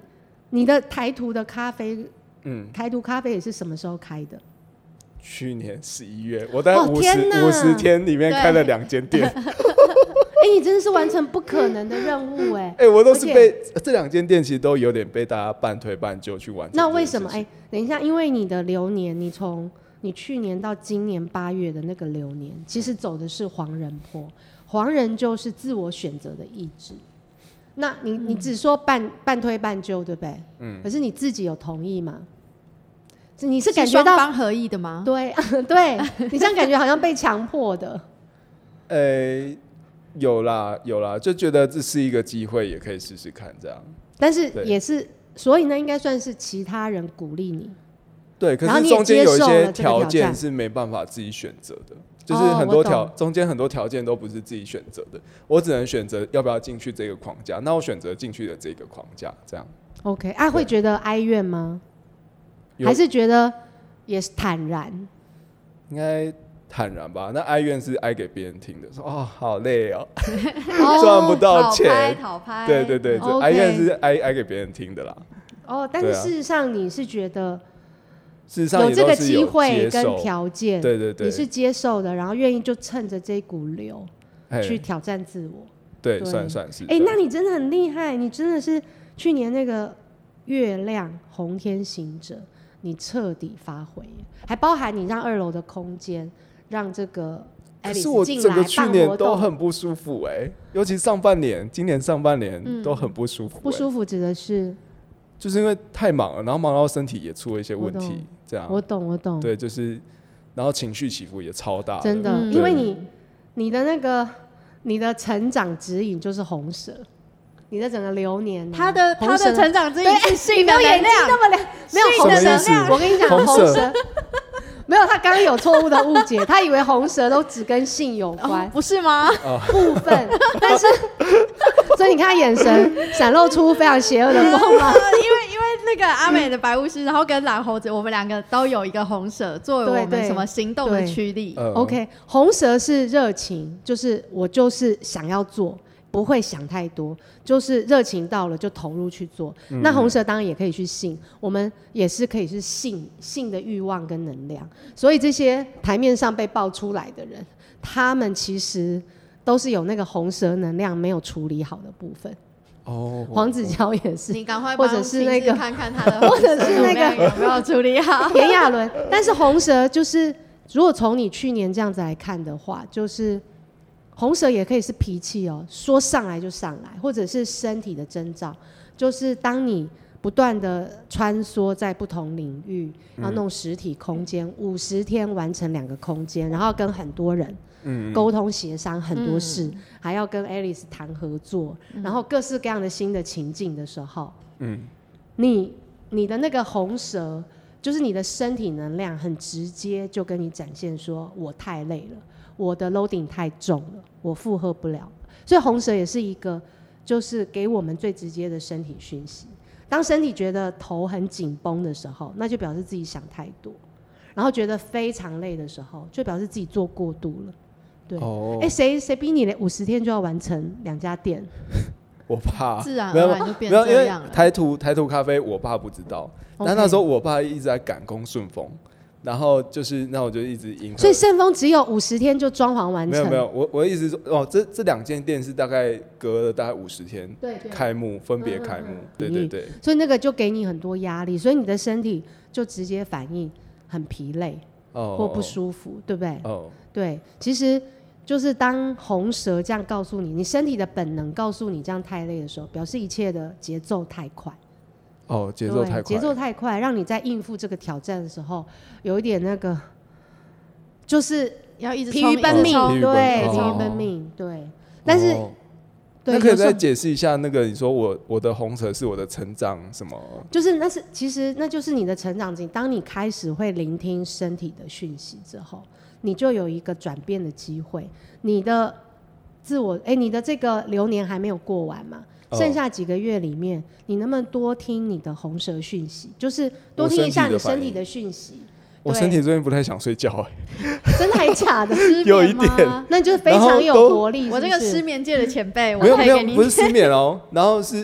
你的台图的咖啡，嗯，台图咖啡也是什么时候开的？ 去年十一月，我在五十五十天里面开了两间店。 哎、欸，你真的是完成不可能的任务哎！ 哎、欸，我都是被这两间店其实都有点被大家半推半就去完成。 那为什么？哎、欸，等一下，因为你的流年，你从你去年到今年八月的那个流年，其实走的是黄人坡，黄人就是自我选择的意志。那你你只说半半推半就，对不对？嗯。可是你自己有同意吗？你是感觉到双方合意的吗？ 对对，你这样感觉好像被强迫的。 呃、欸。有啦有啦，就觉得这是一个机会，也可以试试看这样。 但是也是，所以呢，应该算是其他人鼓励你。 对，可是中间有一些条件是没办法自己选择的，就是很多条、哦、中间很多条件都不是自己选择的，我只能选择要不要进去这个框架。那我选择进去的这个框架，这样。 OK， 啊，会觉得哀怨吗？还是觉得也是坦然？ 应该。坦然吧，那哀怨是哀给别人听的，说哦好累哦，赚不到钱， 讨拍， 对对对，哀怨是哀哀给别人听的啦。 哦，但是事实上你是觉得， 事实上有这个机会跟条件， 对对对， 你是接受的，然后愿意就趁着这股流去挑战自我， 对，算算是。 哎、欸，那你真的很厉害，你真的是去年那个月亮红天行者，你彻底发挥，还包含你让二楼的空间。让这个 Alice 可是我整个去年都很不舒服哎、欸，尤其上半年，今年上半年都很不舒服、欸嗯。 不舒服指的是， 就是因为太忙了，然后忙到身体也出了一些问题，这样。 我懂，我懂。 对，就是，然后情绪起伏也超大。 真的，因为你你的那个你的成长指引就是红蛇，你的整个流年、啊， 他的他的成长指引是性的能量， 那么亮，没有红蛇，我跟你讲，红蛇。没有，他刚刚有错误的误解，他以为红蛇都只跟性有关， 哦、不是吗？ 部分，但是，所以你看他眼神闪露出非常邪恶的光芒。 因为因为那个阿美的白巫师，然后跟蓝猴子，我们两个都有一个红蛇作为我们什么行动的驱力。 OK， 红蛇是热情，就是我就是想要做。不会想太多，就是热情到了就投入去做。嗯、那红蛇当然也可以去性，我们也是可以是性性的欲望跟能量。所以这些台面上被爆出来的人，他们其实都是有那个红蛇能量没有处理好的部分。哦，黄子佼也是， 你赶快或者是那个看看他的，或者是那个有没有处理好。 炎亚纶，但是红蛇就是，如果从你去年这样子来看的话，就是。红蛇也可以是脾气哦，说上来就上来，或者是身体的征兆，就是当你不断的穿梭在不同领域，然后弄实体空间，五十天完成两个空间，然后跟很多人沟通协商很多事，嗯、还要跟 Alice 谈合作，嗯、然后各式各样的新的情境的时候，嗯，你你的那个红蛇，就是你的身体能量很直接就跟你展现说，我太累了。我的 loading 太重了，我负荷不了，所以红蛇也是一个，就是给我们最直接的身体讯息。当身体觉得头很紧绷的时候，那就表示自己想太多；然后觉得非常累的时候，就表示自己做过度了。对，哎、oh. 欸，谁谁逼你嘞？五十天就要完成两家店？ 我爸自然而然就变这样了。 台图台图咖啡，我爸不知道， okay. 但那时候我爸一直在赶工顺风。然后就是，那我就一直迎合。 所以顺丰只有五十天就装潢完成。 没有没有，我我的意思说，哦，这这两间店是大概隔了大概五十天开幕，分别开幕，嗯、对对对。 所以那个就给你很多压力，所以你的身体就直接反应很疲累，哦、或不舒服，对不对？哦，对，其实就是当红蛇这样告诉你，你身体的本能告诉你这样太累的时候，表示一切的节奏太快。 哦，节奏太快， 节奏太快，让你在应付这个挑战的时候，有一点那个，就是要一直疲于奔命，对，疲于奔命，对。但是， 那可以再解释一下，那个你说我我的红蛇是我的成长什么？ 就是那是其实那就是你的成长经历。当你开始会聆听身体的讯息之后，你就有一个转变的机会。你的自我，哎，你的这个流年还没有过完嘛？剩下几个月里面，你能不能多听你的红蛇讯息？就是多听一下你身体的讯息。 我身体最近不太想睡觉、欸， 真的还假的？ 有一点， 那就是非常有活力是不是。 我这个失眠界的前辈，我没有没有，不是失眠哦，然后是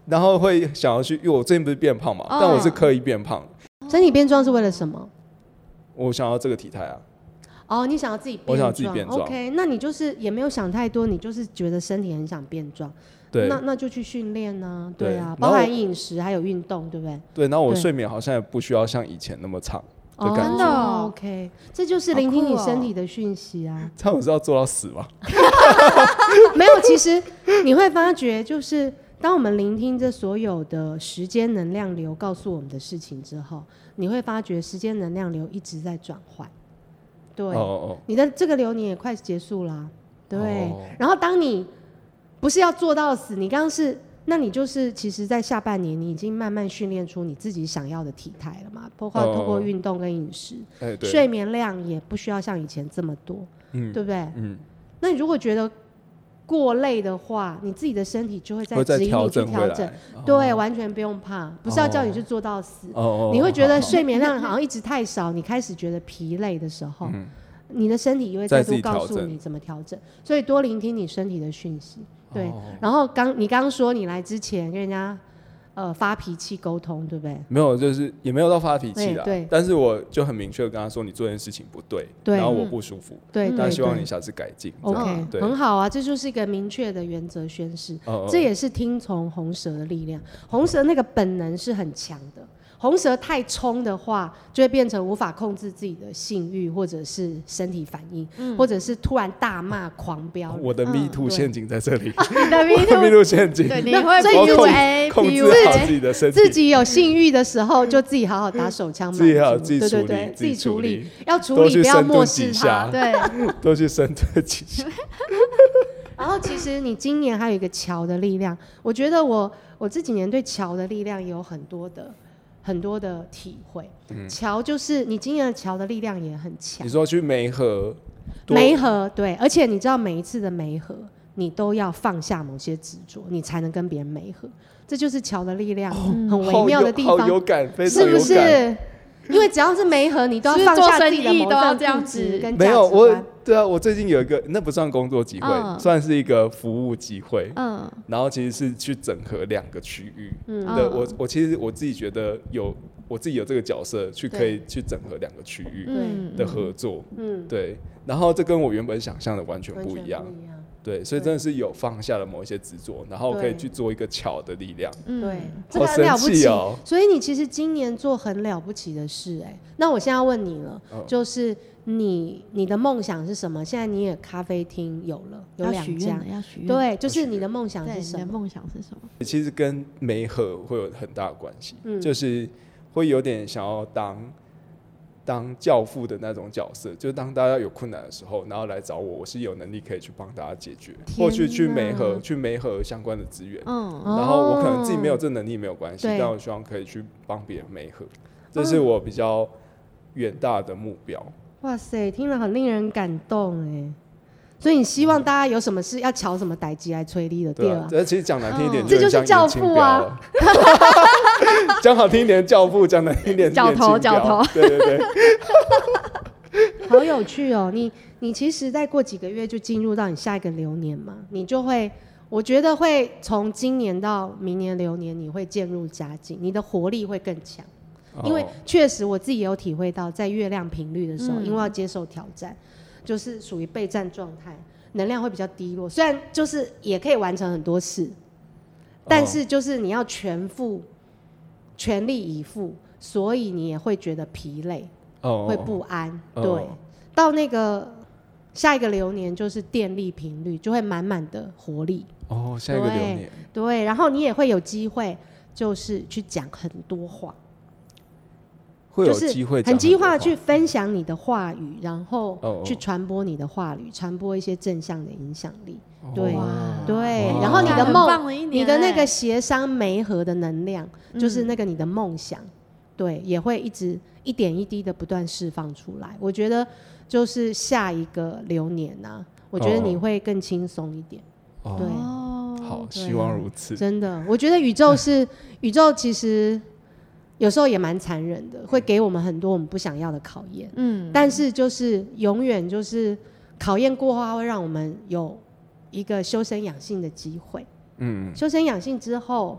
然后会想要去，因为我最近不是变胖嘛，哦、但我是刻意变胖。 身体变壮是为了什么？ 我想要这个体态啊。 哦，你想要自己变壮， 我想要自己变壮。 OK， 那你就是也没有想太多，你就是觉得身体很想变壮。对，那那就去训练啊，对啊，包含饮食还有运动，对不对？ 对，然后我睡眠好像也不需要像以前那么长的感觉。 哦、真的、哦、OK， 这就是聆听你身体的讯息啊。 这样我是要做到死吗？ 没有，其实你会发觉，就是当我们聆听这所有的时间能量流告诉我们的事情之后，你会发觉时间能量流一直在转换。对， oh, oh, oh. 你的这个流年也快结束啦，对。Oh. 然后当你不是要做到死，你刚刚是，那你就是其实在下半年你已经慢慢训练出你自己想要的体态了嘛，包括透过运动跟饮食、oh. 睡眠量也不需要像以前这么多、嗯、对不对、嗯、那你如果觉得过累的话，你自己的身体就会在指引你去调整，对、哦，完全不用怕，不是要叫你去做到死。哦、你会觉得睡眠量好像一直太少，你开始觉得疲累的时候，嗯、你的身体也会再度告诉你怎么调整，所以多聆听你身体的讯息。对，哦、然后刚你刚刚说你来之前跟人家呃发脾气沟通，对不对？ 没有，就是也没有到发脾气啦。对，但是我就很明确的跟他说，你做这件事情不对，对，然后我不舒服，对，但希望你下次改进。 OK， 很好啊，这就是一个明确的原则宣示。哦、这也是听从红蛇的力量。红蛇那个本能是很强的。红蛇太冲的话，就会变成无法控制自己的性欲，或者是身体反应，嗯、或者是突然大骂、狂飙。 我的 me too 陷阱在这里。 你的 me too 陷阱， 对，你会控制控制好自己的身体。 自己有性欲的时候，就自己好好打手枪， 自己好自己处理， 对对对，自己处理，要处理，不要漠视它，对， 都去深蹲几下。 然后其实你今年还有一个桥的力量，我觉得我我这几年对桥的力量也有很多的。很多的体会，桥、嗯、就是你今年的桥的力量也很强。 你说去媒合， 媒合对，而且你知道每一次的媒合，你都要放下某些执着，你才能跟别人媒合，这就是桥的力量、哦、很微妙的地方， 好 有, 好有感，非常有感， 是不是？因为只要是媒合，你都要放下自己的某份固执跟价值观。 没有我，对啊，我最近有一个，那不算工作机会，嗯、算是一个服务机会。嗯，然后其实是去整合两个区域。嗯，对我我其实我自己觉得有我自己有这个角色，去可以去整合两个区域的合作。嗯，对，然后这跟我原本想象的完全不一样。对，所以真的是有放下了某一些执着，然后可以去做一个巧的力量。 对，这个很了不起哦。所以你其实今年做很了不起的事，哎，那我现在要问你了，哦、就是你你的梦想是什么？现在你也咖啡厅有了，有两家， 要许愿， 对，就是你的梦想是什么？ 你的梦想是什么？ 其实跟媒合会有很大的关系，嗯、就是会有点想要当。当教父的那种角色，就是当大家有困难的时候，然后来找我，我是有能力可以去帮大家解决，或去去媒合、去媒合相关的资源。嗯，然后我可能自己没有这能力没有关系，但我希望可以去帮别人媒合，这是我比较远大的目标。 哇塞，听了很令人感动哎。所以你希望大家有什么事要瞧什么代志来催力的，对吧？ 这其实讲难听一点， 这就是教父啊。 讲好听一点教父，讲难听一点角头角头。 对对对。 好有趣哦！你你其实再过几个月就进入到你下一个流年嘛，你就会，我觉得会从今年到明年流年，你会渐入佳境，你的活力会更强。因为确实我自己也有体会到，在月亮频率的时候，嗯、因为要接受挑战。就是属于备战状态，能量会比较低落。虽然就是也可以完成很多事，但是就是你要全副、全力以赴，所以你也会觉得疲累，哦、会不安。哦、对，到那个下一个流年就是电力频率就会满满的活力。 哦，下一个流年。 对，对，然后你也会有机会，就是去讲很多话。 会有机会很机会去分享你的话语，然后去传播你的话语，传播一些正向的影响力。对对，然后你的梦，你的那个协商媒合的能量，就是那个你的梦想，对，也会一直一点一滴的不断释放出来。我觉得就是下一个流年啊，我觉得你会更轻松一点。对， 好，希望如此。 真的，我觉得宇宙是宇宙，其实。有时候也蛮残忍的，会给我们很多我们不想要的考验。嗯，但是就是永远就是考验过后，它会让我们有一个修身养性的机会。嗯，修身养性之后，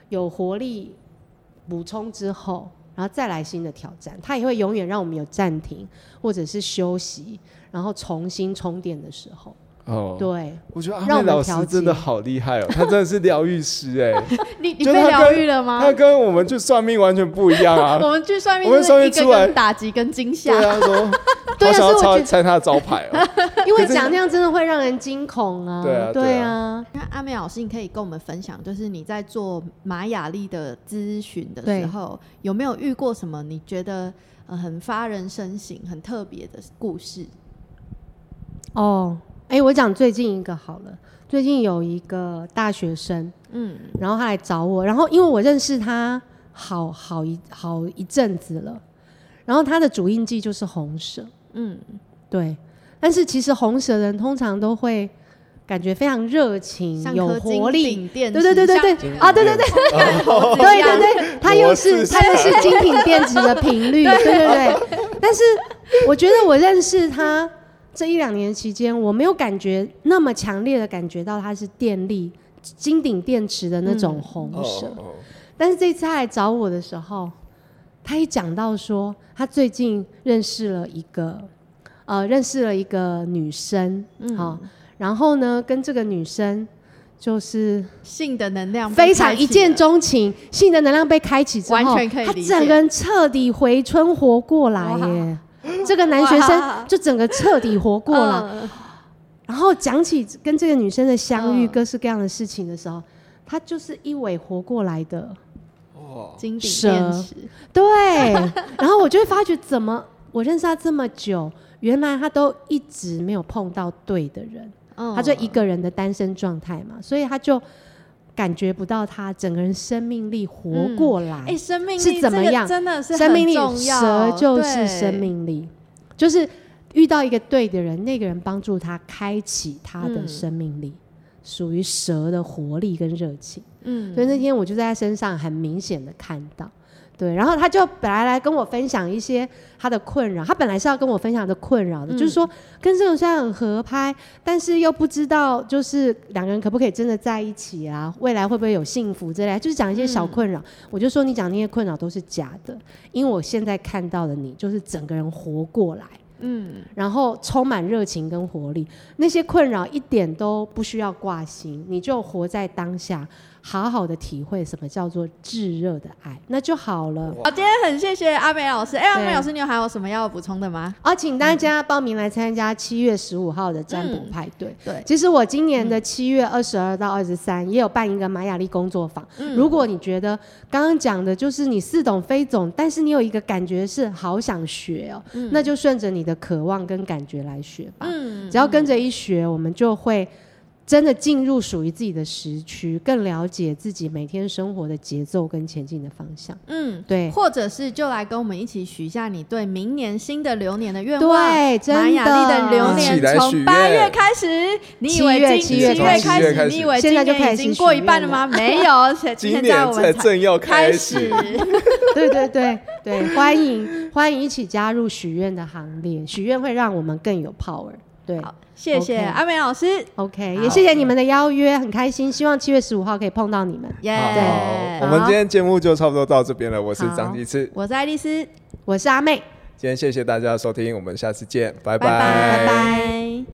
有活力补充之后，然后再来新的挑战，它也会永远让我们有暂停或者是休息，然后重新充电的时候。哦，对， 我觉得阿妹老师真的好厉害哦，他真的是疗愈师哎。 你你被疗愈了吗？ 他跟我们去算命完全不一样啊。 我们去算命，我们算命出来打击跟惊吓。 对啊，说对啊，想要拆拆他的招牌哦。 因为讲那样真的会让人惊恐啊。 对啊， 对啊。 那阿妹老师，你可以跟我们分享，就是你在做玛雅历的咨询的时候，有没有遇过什么你觉得、呃、很发人深省、很特别的故事？ 哦。哎、欸，我讲最近一个好了。最近有一个大学生，嗯，然后他来找我，然后因为我认识他好好一好一阵子了，然后他的主印记就是红蛇，嗯，对。但是其实红蛇人通常都会感觉非常热情、有活力，对对对对对，啊，对对对，对对对，他又是他又是精品电子的频率，对对对。但是我觉得我认识他。这一两年期间，我没有感觉那么强烈的感觉到它是电力金鼎电池的那种红蛇、嗯哦哦、但是这次他来找我的时候，他一讲到说他最近认识了一个呃认识了一个女生、嗯哦、然后呢跟这个女生就是性的能量非常一见钟情，性的能量被开启之后， 完全可以理解， 他整个人彻底回春活过来耶。这个男学生就整个彻底活过了、嗯、然后讲起跟这个女生的相遇、嗯、各式各样的事情的时候，他就是一尾活过来的金鼎电池， 对。然后我就会发觉怎么我认识他这么久，原来他都一直没有碰到对的人、嗯、他就一个人的单身状态嘛，所以他就感觉不到他整个人生命力活过来、嗯欸、生命力是怎么样、 这个、真的是很重要， 蛇就是生命力，就是遇到一个对的人，那个人帮助他开启他的生命力，属于、嗯、蛇的活力跟热情。嗯，所以那天我就在他身上很明显的看到。对，然后他就本来来跟我分享一些他的困扰，他本来是要跟我分享的困扰的、嗯、就是说跟这种虽然很合拍，但是又不知道就是两个人可不可以真的在一起啊，未来会不会有幸福之类的，就是讲一些小困扰、嗯、我就说你讲那些困扰都是假的，因为我现在看到的你就是整个人活过来，嗯，然后充满热情跟活力，那些困扰一点都不需要挂心，你就活在当下，好好的体会什么叫做炙热的爱，那就好了。 好，今天很谢谢阿美老师。哎、欸，阿美老师，你有还有什么要补充的吗？ 哦，请大家报名来参加七月十五号的占卜派对、 嗯。对， 其实我今年的七月二十二到二十三也有办一个玛雅历工作坊、嗯。如果你觉得刚刚讲的就是你似懂非懂，但是你有一个感觉是好想学哦，嗯、那就顺着你的渴望跟感觉来学吧。嗯，只要跟着一学，我们就会真的进入属于自己的时区，更了解自己每天生活的节奏跟前进的方向。嗯，对， 或者是就来跟我们一起许下你对明年新的流年的愿望。对，真的， 玛雅历的流年从八月开始，你以为今七月开始，你以为今年已经过一半了吗？没有，现在我们正要开始。 对对对对，欢迎欢迎一起加入许愿的行列，许愿会让我们更有 power。对， 好，谢谢、okay. 阿美老师。 OK， 也谢谢你们的邀约，很开心，希望七月十五号可以碰到你们。 耶、yeah ！ 对，我们今天节目就差不多到这边了。我是张继次， 我是爱丽丝， 我是阿妹。 今天谢谢大家的收听，我们下次见，拜拜， 拜拜。